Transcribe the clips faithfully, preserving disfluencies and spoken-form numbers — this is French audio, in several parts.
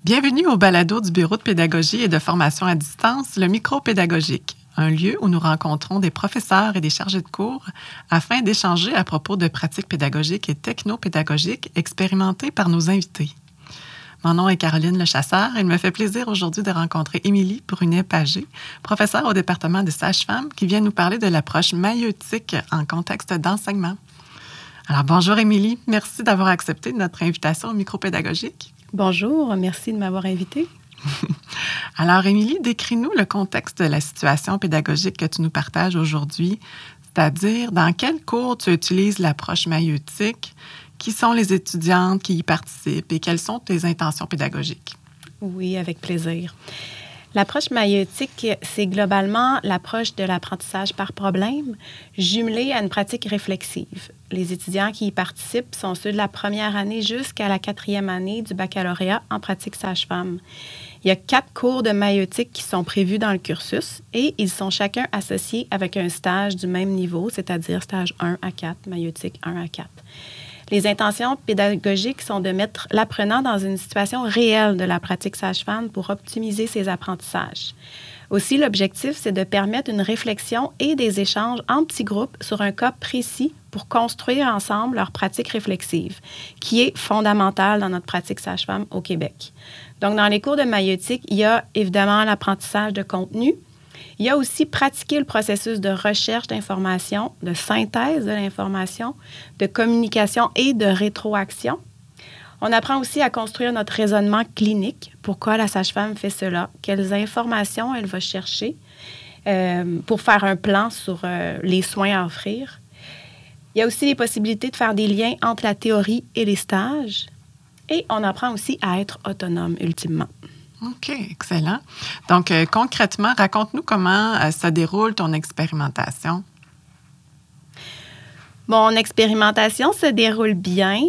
Bienvenue au balado du Bureau de pédagogie et de formation à distance, le micro-pédagogique, un lieu où nous rencontrons des professeurs et des chargés de cours afin d'échanger à propos de pratiques pédagogiques et technopédagogiques expérimentées par nos invités. Mon nom est Caroline Lechasseur et il me fait plaisir aujourd'hui de rencontrer Émilie Brunet-Pagé, professeure au département des sages-femmes, qui vient nous parler de l'approche maïeutique en contexte d'enseignement. Alors, bonjour Émilie, merci d'avoir accepté notre invitation au micro-pédagogique. Bonjour, merci de m'avoir invitée. Alors, Émilie, décris-nous le contexte de la situation pédagogique que tu nous partages aujourd'hui, c'est-à-dire dans quel cours tu utilises l'approche maïeutique, qui sont les étudiantes qui y participent et quelles sont tes intentions pédagogiques? Oui, avec plaisir. L'approche maïeutique, c'est globalement l'approche de l'apprentissage par problème, jumelée à une pratique réflexive. Les étudiants qui y participent sont ceux de la première année jusqu'à la quatrième année du baccalauréat en pratique sage-femme. Il y a quatre cours de maïeutique qui sont prévus dans le cursus et ils sont chacun associés avec un stage du même niveau, c'est-à-dire stage un à quatre, maïeutique un à quatre. Les intentions pédagogiques sont de mettre l'apprenant dans une situation réelle de la pratique sage-femme pour optimiser ses apprentissages. Aussi, l'objectif, c'est de permettre une réflexion et des échanges en petits groupes sur un cas précis pour construire ensemble leur pratique réflexive, qui est fondamentale dans notre pratique sage-femme au Québec. Donc, dans les cours de maïeutique, il y a évidemment l'apprentissage de contenu. Il y a aussi pratiquer le processus de recherche d'information, de synthèse de l'information, de communication et de rétroaction. On apprend aussi à construire notre raisonnement clinique. Pourquoi la sage-femme fait cela? Quelles informations elle va chercher euh, pour faire un plan sur euh, les soins à offrir? Il y a aussi les possibilités de faire des liens entre la théorie et les stages. Et on apprend aussi à être autonome, ultimement. OK, excellent. Donc, euh, concrètement, raconte-nous comment euh, se déroule ton expérimentation. Mon expérimentation se déroule bien.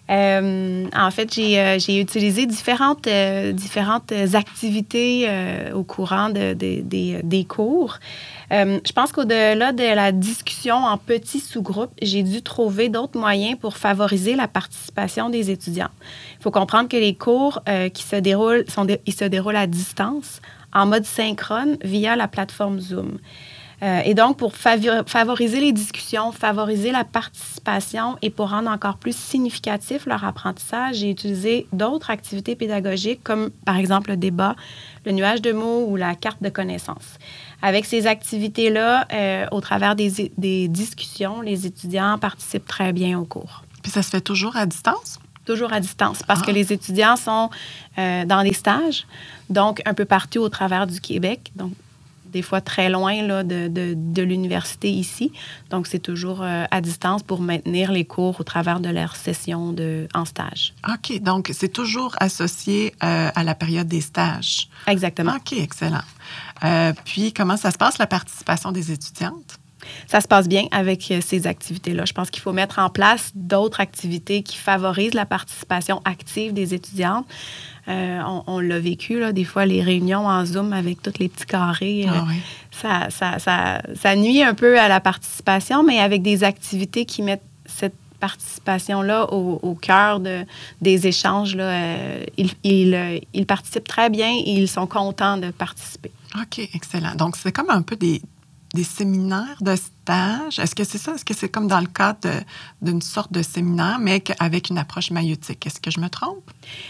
Euh, en fait, j'ai, euh, j'ai utilisé différentes, euh, différentes activités euh, au courant de, de, de, des cours. Euh, je pense qu'au-delà de la discussion en petits sous-groupes, j'ai dû trouver d'autres moyens pour favoriser la participation des étudiants. Il faut comprendre que les cours euh, qui se déroulent, sont dé- ils se déroulent à distance, en mode synchrone, via la plateforme Zoom. Euh, et donc, pour favor- favoriser les discussions, favoriser la participation et pour rendre encore plus significatif leur apprentissage, j'ai utilisé d'autres activités pédagogiques comme, par exemple, le débat, le nuage de mots ou la carte de connaissances. Avec ces activités-là, euh, au travers des, des discussions, les étudiants participent très bien au cours. Puis ça se fait toujours à distance? Toujours à distance, parce ah. que les étudiants sont euh, dans des stages, donc un peu partout au travers du Québec, donc des fois très loin là, de, de, de l'université ici. Donc, c'est toujours euh, à distance pour maintenir les cours au travers de leur session de, en stage. OK, donc c'est toujours associé euh, à la période des stages. Exactement. OK, excellent. Euh, puis, comment ça se passe, la participation des étudiantes? Ça se passe bien avec euh, ces activités-là. Je pense qu'il faut mettre en place d'autres activités qui favorisent la participation active des étudiantes. Euh, on, on l'a vécu, là, des fois, les réunions en Zoom avec tous les petits carrés, euh, ah oui. ça, ça, ça, ça nuit un peu à la participation, mais avec des activités qui mettent cette participation-là au, au cœur de, des échanges, là, euh, ils, ils, euh, ils participent très bien et ils sont contents de participer. OK, excellent. Donc, c'est comme un peu des, des séminaires de stage. Est-ce que c'est ça? Est-ce que c'est comme dans le cadre de, d'une sorte de séminaire, mais avec une approche maïeutique? Est-ce que je me trompe?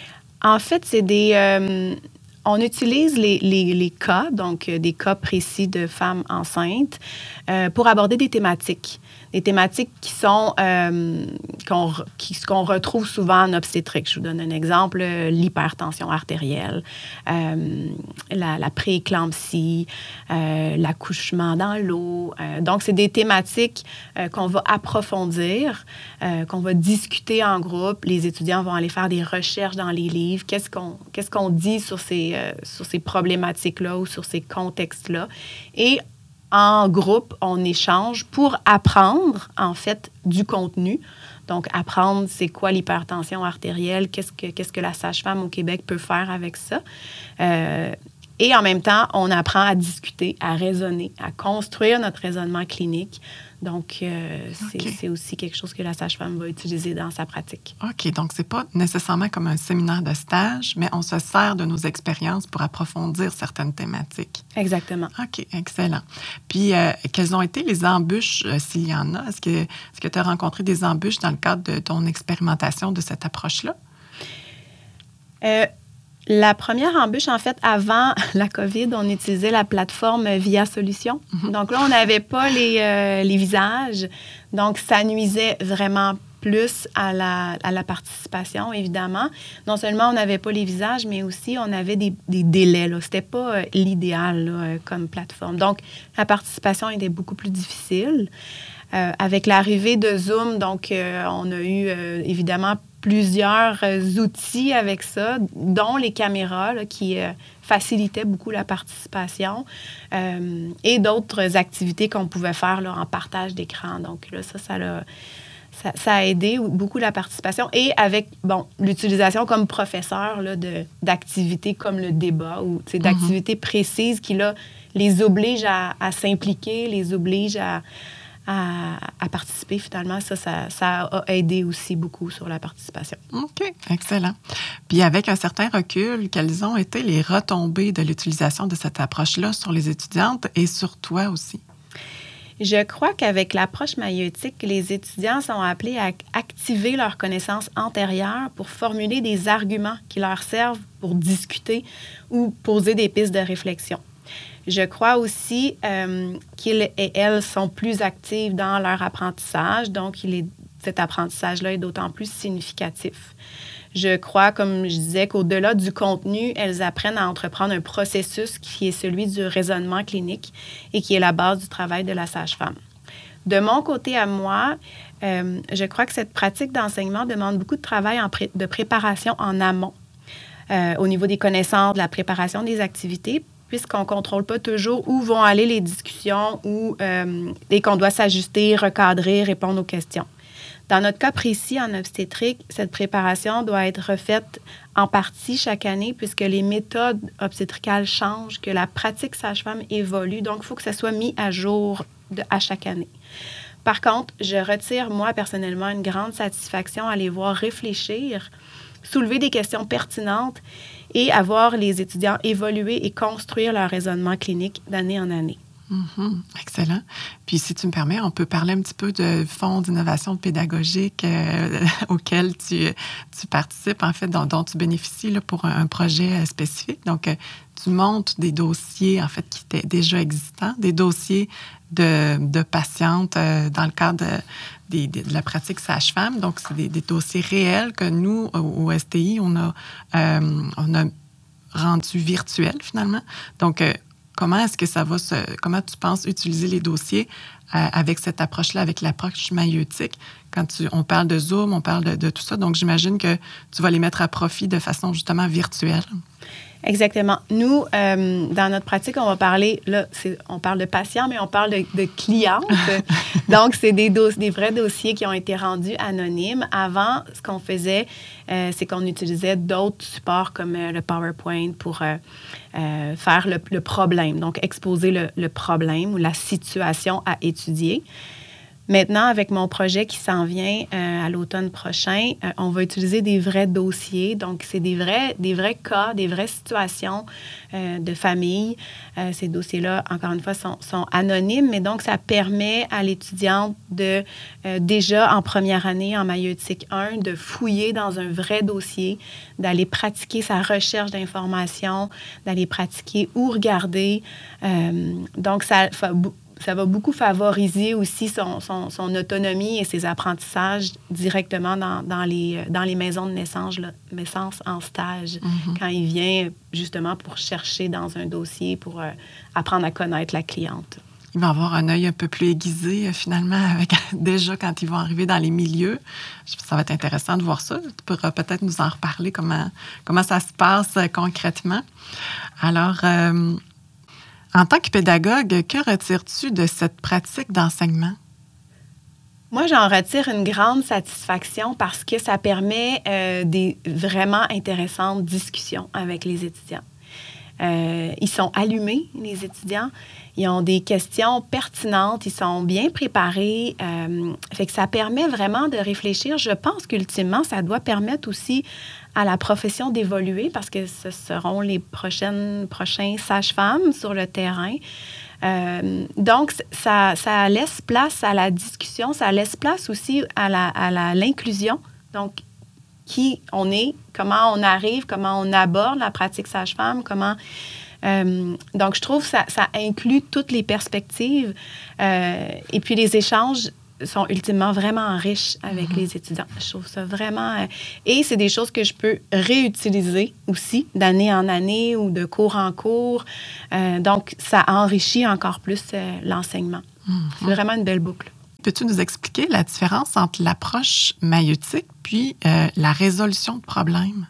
En fait, c'est des... Euh, on utilise les, les, les cas, donc euh, des cas précis de femmes enceintes, euh, pour aborder des thématiques. Des thématiques qui sont... Euh, qu'on, qui, qu'on retrouve souvent en obstétrique. Je vous donne un exemple, l'hypertension artérielle, euh, la, la prééclampsie, euh, l'accouchement dans l'eau. Euh, donc, c'est des thématiques euh, qu'on va approfondir, euh, qu'on va discuter en groupe. Les étudiants vont aller faire des recherches dans les livres. Qu'est-ce qu'on, qu'est-ce qu'on dit sur ces, euh, sur ces problématiques-là ou sur ces contextes-là? Et en groupe, on échange pour apprendre, en fait, du contenu. Donc, apprendre c'est quoi l'hypertension artérielle, qu'est-ce que, qu'est-ce que la sage-femme au Québec peut faire avec ça. Euh, et en même temps, on apprend à discuter, à raisonner, à construire notre raisonnement clinique. Donc, euh, c'est, OK. c'est aussi quelque chose que la sage-femme va utiliser dans sa pratique. OK, donc c'est pas nécessairement comme un séminaire de stage, mais on se sert de nos expériences pour approfondir certaines thématiques. Exactement. OK, excellent. Puis, euh, quelles ont été les embûches, euh, s'il y en a? Est-ce que est-ce que tu as rencontré des embûches dans le cadre de ton expérimentation de cette approche-là? Euh, La première embûche, en fait, avant la COVID, on utilisait la plateforme Via Solutions. Mm-hmm. Donc là, on n'avait pas les, euh, les visages. Donc, ça nuisait vraiment plus à la, à la participation, évidemment. Non seulement on n'avait pas les visages, mais aussi on avait des, des délais. Ce n'était pas euh, l'idéal là, euh, comme plateforme. Donc, la participation était beaucoup plus difficile. Euh, avec l'arrivée de Zoom, donc, euh, on a eu euh, évidemment plusieurs euh, outils avec ça, dont les caméras là, qui euh, facilitaient beaucoup la participation euh, et d'autres activités qu'on pouvait faire là, en partage d'écran. Donc là, ça, ça, l'a, ça, ça a aidé beaucoup la participation. Et avec, bon, l'utilisation comme professeur là, de, d'activités comme le débat ou d'activités mm-hmm. précises qui, là, les obligent à, à s'impliquer, les obligent à... À, à participer, finalement. Ça, ça, ça a aidé aussi beaucoup sur la participation. OK, excellent. Puis avec un certain recul, quelles ont été les retombées de l'utilisation de cette approche-là sur les étudiantes et sur toi aussi? Je crois qu'avec l'approche maïeutique, les étudiants sont appelés à activer leurs connaissances antérieures pour formuler des arguments qui leur servent pour discuter ou poser des pistes de réflexion. Je crois aussi euh, qu'ils et elles sont plus actives dans leur apprentissage, donc il est, cet apprentissage-là est d'autant plus significatif. Je crois, comme je disais, qu'au-delà du contenu, elles apprennent à entreprendre un processus qui est celui du raisonnement clinique et qui est la base du travail de la sage-femme. De mon côté à moi, euh, je crois que cette pratique d'enseignement demande beaucoup de travail en pré- de préparation en amont, euh, au niveau des connaissances, de la préparation des activités, puisqu'on ne contrôle pas toujours où vont aller les discussions ou, euh, et qu'on doit s'ajuster, recadrer, répondre aux questions. Dans notre cas précis, en obstétrique, cette préparation doit être refaite en partie chaque année puisque les méthodes obstétricales changent, que la pratique sage-femme évolue. Donc, il faut que ça soit mis à jour de, à chaque année. Par contre, je retire, moi, personnellement, une grande satisfaction à les voir réfléchir, soulever des questions pertinentes et à voir les étudiants évoluer et construire leur raisonnement clinique d'année en année. Mm-hmm. Excellent. Puis, si tu me permets, on peut parler un petit peu de fonds d'innovation pédagogique euh, auquel tu, tu participes, en fait, dont, dont tu bénéficies là, pour un, un projet euh, spécifique. Donc, euh, tu montes des dossiers, en fait, qui étaient déjà existants, des dossiers de, de patientes euh, dans le cadre de, de, de, de la pratique sage-femme. Donc, c'est des, des dossiers réels que nous, au, au S T I, on a, euh, on a rendus virtuels, finalement. Donc, euh, comment est-ce que ça va se... Comment tu penses utiliser les dossiers euh, avec cette approche-là, avec l'approche maïeutique? Quand tu, on parle de Zoom, on parle de, de tout ça. Donc, j'imagine que tu vas les mettre à profit de façon justement virtuelle. Exactement. Nous, euh, dans notre pratique, on va parler, là, c'est, on parle de patients, mais on parle de, de clientes. Donc, c'est des, dos- des vrais dossiers qui ont été rendus anonymes. Avant, ce qu'on faisait, euh, c'est qu'on utilisait d'autres supports comme euh, le PowerPoint pour euh, euh, faire le, le problème, donc exposer le, le problème ou la situation à étudier. Maintenant, avec mon projet qui s'en vient euh, à l'automne prochain, euh, on va utiliser des vrais dossiers. Donc, c'est des vrais, des vrais cas, des vraies situations euh, de famille. Euh, ces dossiers-là, encore une fois, sont, sont anonymes, mais donc, ça permet à l'étudiante de, euh, déjà en première année, en maïeutique un, de fouiller dans un vrai dossier, d'aller pratiquer sa recherche d'informations, d'aller pratiquer ou regarder. Euh, donc, ça... Ça va beaucoup favoriser aussi son, son, son autonomie et ses apprentissages directement dans, dans, les, dans les maisons de naissance, là, naissance en stage, mm-hmm. quand il vient justement pour chercher dans un dossier, pour euh, apprendre à connaître la cliente. Il va avoir un œil un peu plus aiguisé, finalement, avec, déjà quand ils vont arriver dans les milieux. Ça va être intéressant de voir ça. Tu pourras peut-être nous en reparler, comment, comment ça se passe euh, concrètement. Alors... Euh, En tant que pédagogue, que retires-tu de cette pratique d'enseignement? Moi, j'en retire une grande satisfaction parce que ça permet euh, des vraiment intéressantes discussions avec les étudiants. Euh, ils sont allumés, les étudiants. Ils ont des questions pertinentes. Ils sont bien préparés. Euh, fait que ça permet vraiment de réfléchir. Je pense qu'ultimement, ça doit permettre aussi à la profession d'évoluer parce que ce seront les prochaines, prochains sages-femmes sur le terrain. Euh, donc, ça, ça laisse place à la discussion. Ça laisse place aussi à, la, à la, l'inclusion. Donc, qui on est, comment on arrive, comment on aborde la pratique sage-femme, comment... Euh, donc, je trouve que ça, ça inclut toutes les perspectives. Euh, et puis, les échanges sont ultimement vraiment riches avec mm-hmm. les étudiants. Je trouve ça vraiment... Euh, et c'est des choses que je peux réutiliser aussi d'année en année ou de cours en cours. Euh, donc, ça enrichit encore plus euh, l'enseignement. Mm-hmm. C'est vraiment une belle boucle. Peux-tu nous expliquer la différence entre l'approche maïeutique puis euh, la résolution de problèmes?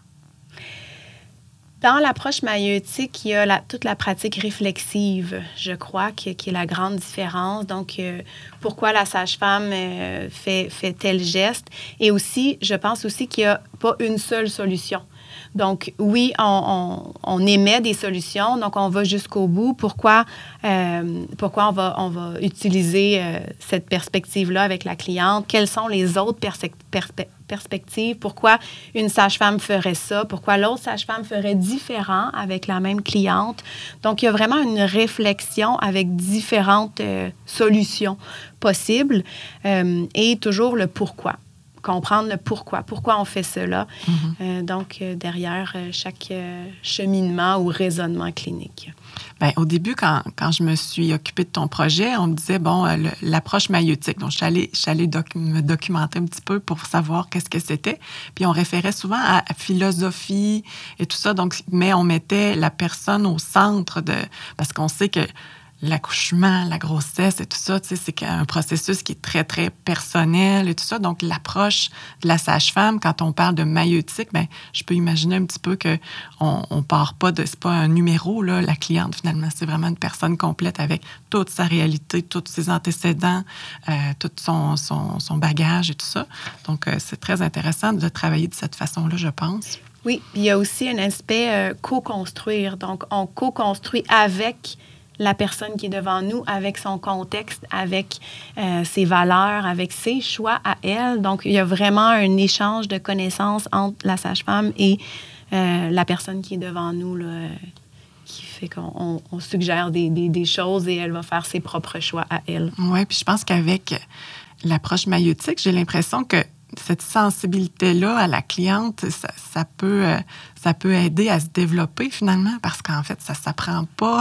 Dans l'approche maïeutique, il y a la, toute la pratique réflexive, je crois, qui, qui est la grande différence. Donc, euh, pourquoi la sage-femme euh, fait, fait tel geste? Et aussi, je pense aussi qu'il n'y a pas une seule solution. Donc, oui, on, on, on émet des solutions, donc on va jusqu'au bout. Pourquoi, euh, pourquoi on, va, on va utiliser euh, cette perspective-là avec la cliente? Quelles sont les autres perspe- perspe- perspectives? Pourquoi une sage-femme ferait ça? Pourquoi l'autre sage-femme ferait différent avec la même cliente? Donc, il y a vraiment une réflexion avec différentes euh, solutions possibles euh, et toujours le pourquoi. Comprendre le pourquoi, pourquoi on fait cela. Mm-hmm. Euh, donc, euh, derrière euh, chaque euh, cheminement ou raisonnement clinique. Bien, au début, quand, quand je me suis occupée de ton projet, on me disait, bon, euh, le, l'approche maïeutique. Donc, je suis allée, je suis allée doc, me documenter un petit peu pour savoir qu'est-ce que c'était. Puis, on référait souvent à, à philosophie et tout ça. Donc, mais on mettait la personne au centre de... Parce qu'on sait que l'accouchement, la grossesse et tout ça, tu sais, c'est un processus qui est très, très personnel et tout ça. Donc, l'approche de la sage-femme, quand on parle de maïeutique, bien, je peux imaginer un petit peu qu'on ne part pas de... C'est pas un numéro, là, la cliente, finalement. C'est vraiment une personne complète avec toute sa réalité, tous ses antécédents, euh, tout son, son, son bagage et tout ça. Donc, euh, c'est très intéressant de travailler de cette façon-là, je pense. Oui, il y a aussi un aspect euh, co-construire. Donc, on co-construit avec la personne qui est devant nous, avec son contexte, avec euh, ses valeurs, avec ses choix à elle. Donc, il y a vraiment un échange de connaissances entre la sage-femme et euh, la personne qui est devant nous, là, euh, qui fait qu'on on, on suggère des, des, des choses et elle va faire ses propres choix à elle. Oui, puis je pense qu'avec l'approche maïeutique, j'ai l'impression que cette sensibilité-là à la cliente, ça, ça, peut, euh, ça peut aider à se développer finalement parce qu'en fait, ça ne s'apprend pas.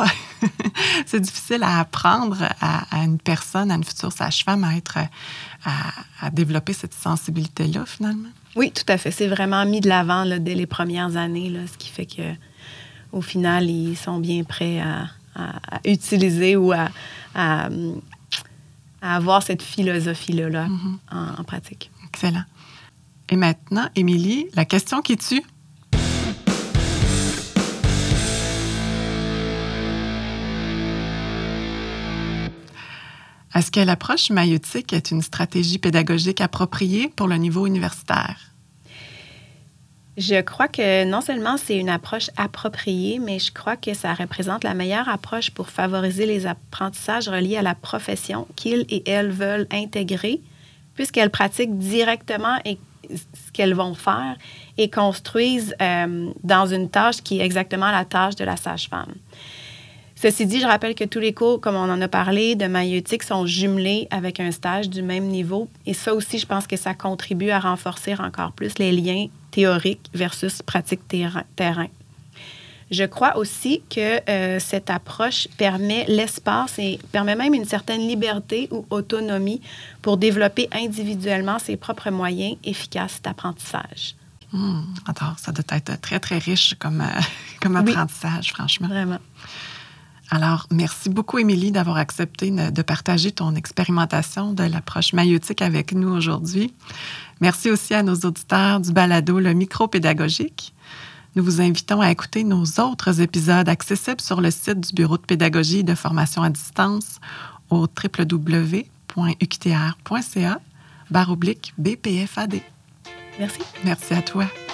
C'est difficile à apprendre à, à une personne, à une future sage-femme, à, être, à, à développer cette sensibilité-là finalement. Oui, tout à fait. C'est vraiment mis de l'avant là, dès les premières années, là, ce qui fait qu'au final, ils sont bien prêts à, à, à utiliser ou à, à, à avoir cette philosophie-là là, mm-hmm. en, en pratique. Excellent. Et maintenant, Émilie, la question qui tue. Est-ce que l'approche maïeutique est une stratégie pédagogique appropriée pour le niveau universitaire? Je crois que non seulement c'est une approche appropriée, mais je crois que ça représente la meilleure approche pour favoriser les apprentissages reliés à la profession qu'ils et elles veulent intégrer, puisqu'elles pratiquent directement et ce qu'elles vont faire et construisent euh, dans une tâche qui est exactement la tâche de la sage-femme. Ceci dit, je rappelle que tous les cours, comme on en a parlé, de maïeutique sont jumelés avec un stage du même niveau. Et ça aussi, je pense que ça contribue à renforcer encore plus les liens théoriques versus pratique terrain. terrain. Je crois aussi que euh, cette approche permet l'espace et permet même une certaine liberté ou autonomie pour développer individuellement ses propres moyens efficaces d'apprentissage. Mmh, alors, ça doit être très, très riche comme, euh, comme apprentissage, oui, franchement. Vraiment. Alors, merci beaucoup, Émilie, d'avoir accepté de partager ton expérimentation de l'approche maïeutique avec nous aujourd'hui. Merci aussi à nos auditeurs du balado Le Micro Pédagogique. Nous vous invitons à écouter nos autres épisodes accessibles sur le site du Bureau de pédagogie et de formation à distance au w w w point u q t r point c a barre oblique B P F A D. Merci. Merci à toi.